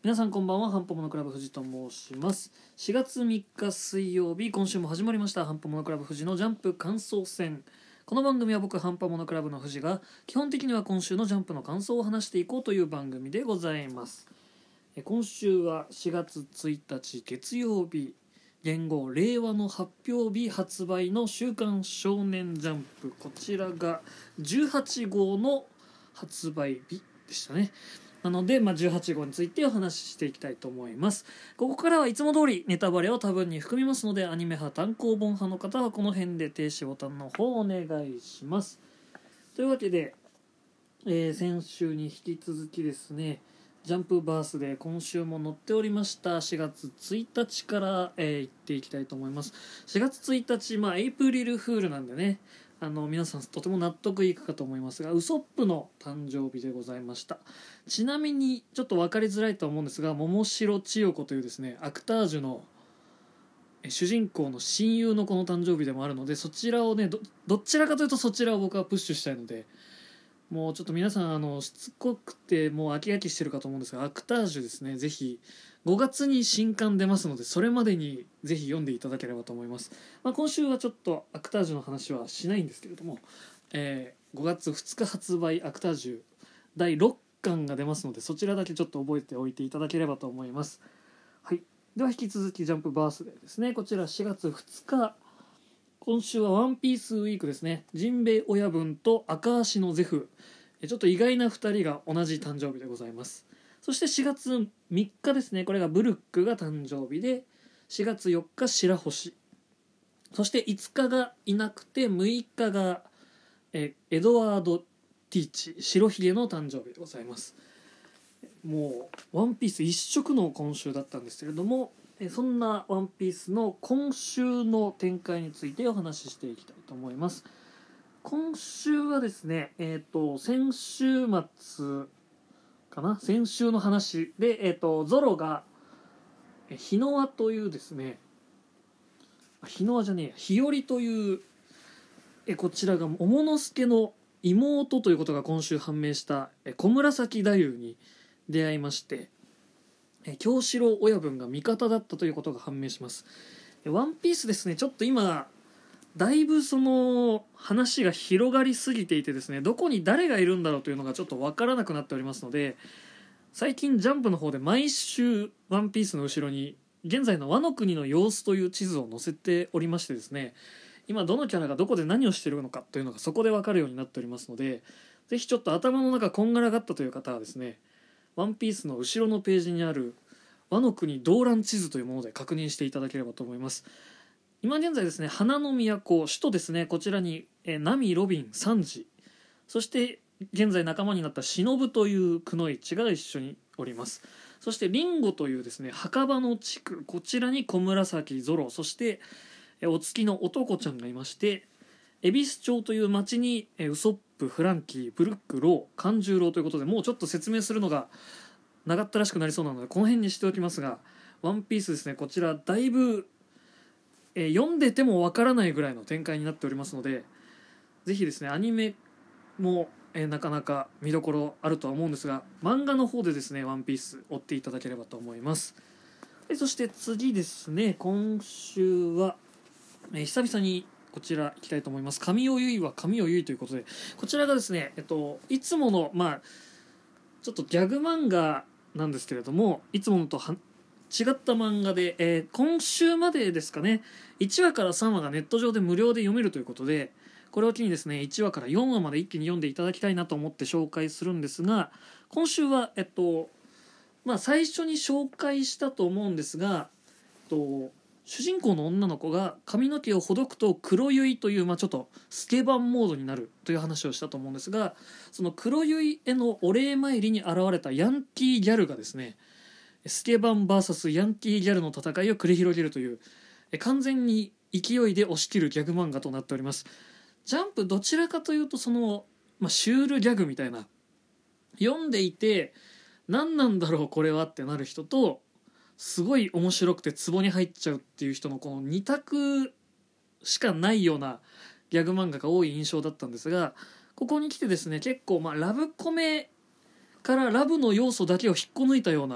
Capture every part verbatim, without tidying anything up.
皆さんこんばんは。ハンパモノクラブ藤と申します。しがつみっか水曜日、今週も始まりましたハンパモノクラブ藤のジャンプ感想戦。この番組は僕ハンパモノクラブの藤が基本的には今週のジャンプの感想を話していこうという番組でございます。今週はしがつついたち月曜日、元号令和の発表日発売の週刊少年ジャンプ、こちらがじゅうはちごうの発売日でしたね。なので、まあ、じゅうはちごうについてお話ししていきたいと思います。ここからはいつも通りネタバレを多分に含みますので、アニメ派単行本派の方はこの辺で停止ボタンの方をお願いします。というわけで、えー、先週に引き続きですね、ジャンプバースで今週も載っておりましたしがつついたちから、えー、行っていきたいと思います。しがつついたち、まあエイプリルフールなんでね、あの皆さんとても納得いくかと思いますが、ウソップの誕生日でございました。ちなみにちょっと分かりづらいと思うんですが、桃城千代子というですね、アクタージュの主人公の親友の子の誕生日でもあるので、そちらをね ど, どちらかというとそちらを僕はプッシュしたいので、もうちょっと皆さんあのしつこくてもう飽き飽きしてるかと思うんですが、アクタージュですね、ぜひごがつに新刊出ますので、それまでにぜひ読んでいただければと思います。まあ、今週はちょっとアクタージュの話はしないんですけれども、えー、ごがつふつか発売アクタージュだいろっかんが出ますので、そちらだけちょっと覚えておいていただければと思います。はい、では引き続きジャンプバースデーですね。こちらしがつふつか、今週はワンピースウィークですね。ジンベエ親分と赤足のゼフ、ちょっと意外なふたりが同じ誕生日でございます。そしてしがつみっかですね、これがブルックが誕生日で、しがつよっか白星、そしていつかがいなくてむいかがえエドワード・ティーチ白ひげの誕生日でございます。もうワンピース一色の今週だったんですけれども、そんなワンピースの今週の展開についてお話ししていきたいと思います。今週はですね、えっと先週末かな、先週の話で、えっとゾロが日の輪というですね、日の輪じゃねえや日和というえこちらが桃之助の妹ということが今週判明した小紫太夫に出会いまして、京志郎親分が味方だったということが判明します。ワンピースですね、ちょっと今だいぶその話が広がりすぎていてですね、どこに誰がいるんだろうというのがちょっと分からなくなっておりますので、最近ジャンプの方で毎週ワンピースの後ろに現在のワノ国の様子という地図を載せておりましてですね、今どのキャラがどこで何をしているのかというのがそこで分かるようになっておりますので、ぜひちょっと頭の中こんがらがったという方はですね、ワンピースの後ろのページにあるワノ国動乱地図というもので確認していただければと思います。今現在ですね、花の都首都ですね、こちらにえナミ、ロビン、サンジ、そして現在仲間になった忍というくノ一が一緒におります。そしてリンゴというですね墓場の地区、こちらに小紫ゾロ、そしてお月の男ちゃんがいまして、恵比寿町という町にウソップ、フランキー、ブルック、ロー、勘十郎ということで、もうちょっと説明するのが長ったらしくなりそうなのでこの辺にしておきますが、ワンピースですね、こちらだいぶえ読んでてもわからないぐらいの展開になっておりますので、ぜひですねアニメもえなかなか見どころあるとは思うんですが、漫画の方でですねワンピース追っていただければと思います。そして次ですね、今週はえ久々にこちら行きたいと思います。神尾結衣は神尾結衣ということで、こちらがですね、えっと、いつものまあちょっとギャグ漫画なんですけれども、いつものとは違った漫画で、えー、今週までですかね、いちわからさんわがネット上で無料で読めるということで、これを機にですねいちわからよんわまで一気に読んでいただきたいなと思って紹介するんですが、今週はえっとまあ最初に紹介したと思うんですが、えっと主人公の女の子が髪の毛をほどくと黒結いという、まあ、ちょっとスケバンモードになるという話をしたと思うんですが、その黒結いへのお礼参りに現れたヤンキーギャルがですね、スケバン ブイエス ヤンキーギャルの戦いを繰り広げるという完全に勢いで押し切るギャグ漫画となっております。ジャンプどちらかというとその、まあ、シュールギャグみたいな、読んでいて何なんだろうこれはってなる人と、すごい面白くてツボに入っちゃうっていう人のこのに択しかないようなギャグ漫画が多い印象だったんですが、ここに来てですね結構まあラブコメからラブの要素だけを引っこ抜いたような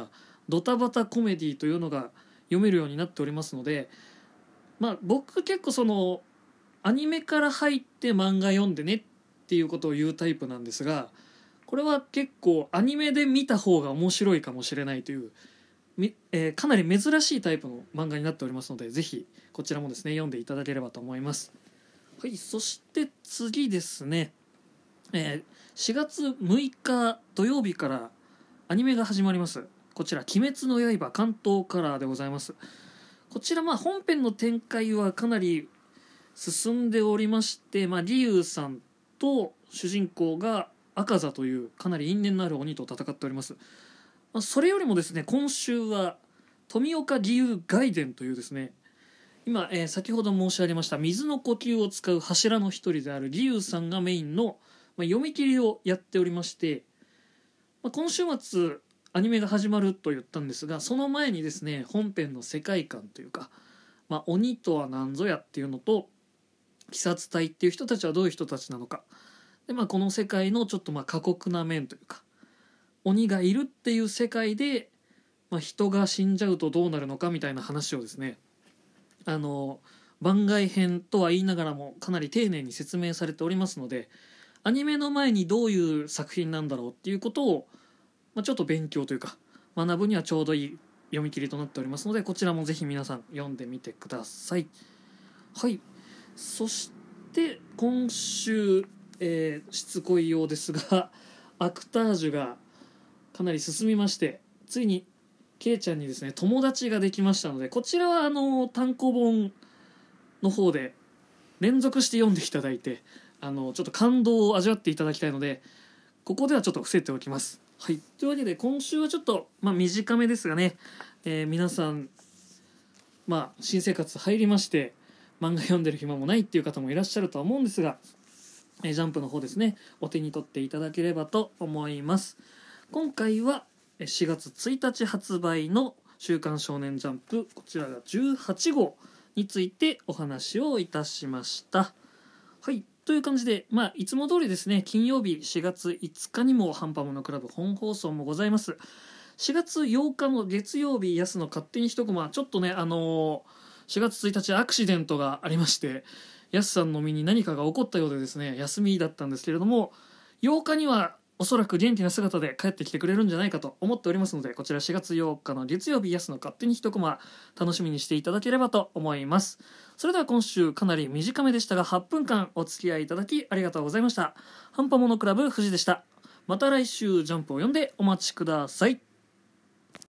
ドタバタコメディというのが読めるようになっておりますので、まあ僕結構そのアニメから入って漫画読んでねっていうことを言うタイプなんですが、これは結構アニメで見た方が面白いかもしれないという、えー、かなり珍しいタイプの漫画になっておりますので、ぜひこちらもですね読んでいただければと思います。はい、そして次ですね、えー、しがつむいか土曜日からアニメが始まります。こちら鬼滅の刃関東カラーでございます。こちらまあ本編の展開はかなり進んでおりまして、まあ、リュウさんと主人公が赤座というかなり因縁のある鬼と戦っております。まあ、それよりもですね、今週は富岡義勇外伝というですね、今、えー、先ほど申し上げました水の呼吸を使う柱の一人であるリュウさんがメインの、まあ、読み切りをやっておりまして、まあ、今週末アニメが始まると言ったんですが、その前にですね本編の世界観というか、まあ、鬼とは何ぞやっていうのと鬼殺隊っていう人たちはどういう人たちなのかで、まあ、この世界のちょっとまあ過酷な面というか、鬼がいるっていう世界で、まあ、人が死んじゃうとどうなるのかみたいな話をですね、あの番外編とは言いながらもかなり丁寧に説明されておりますので、アニメの前にどういう作品なんだろうっていうことを、まあ、ちょっと勉強というか学ぶにはちょうどいい読み切りとなっておりますので、こちらもぜひ皆さん読んでみてください。はい、そして今週、えー、しつこいようですがアクタージュがかなり進みまして、ついにケイちゃんにですね友達ができましたので、こちらはあの単行本の方で連続して読んでいただいて、あのちょっと感動を味わっていただきたいので、ここではちょっと伏せておきます。はい、というわけで今週はちょっと、まあ、短めですがね、えー、皆さん、まあ、新生活入りまして漫画読んでる暇もないっていう方もいらっしゃるとは思うんですが、えー、ジャンプの方ですねお手に取っていただければと思います。今回はしがつついたち発売の週刊少年ジャンプ、こちらがじゅうはちごうについてお話をいたしました。はい、という感じで、まあ、いつも通りですね、金曜日しがついつかにもハンパモノクラブ本放送もございます。しがつようかの月曜日、やすの勝手に一コマ、ちょっとね、あのー、しがつついたちアクシデントがありまして、やすさんの身に何かが起こったようでですね、休みだったんですけれども、ようかにはおそらく元気な姿で帰ってきてくれるんじゃないかと思っておりますので、こちらしがつようかの月曜日、やすの勝手に一コマ楽しみにしていただければと思います。それでは今週かなり短めでしたがはっぷんかんお付き合いいただきありがとうございました。ハンパモノクラブ藤でした。また来週ジャンプを読んでお待ちください。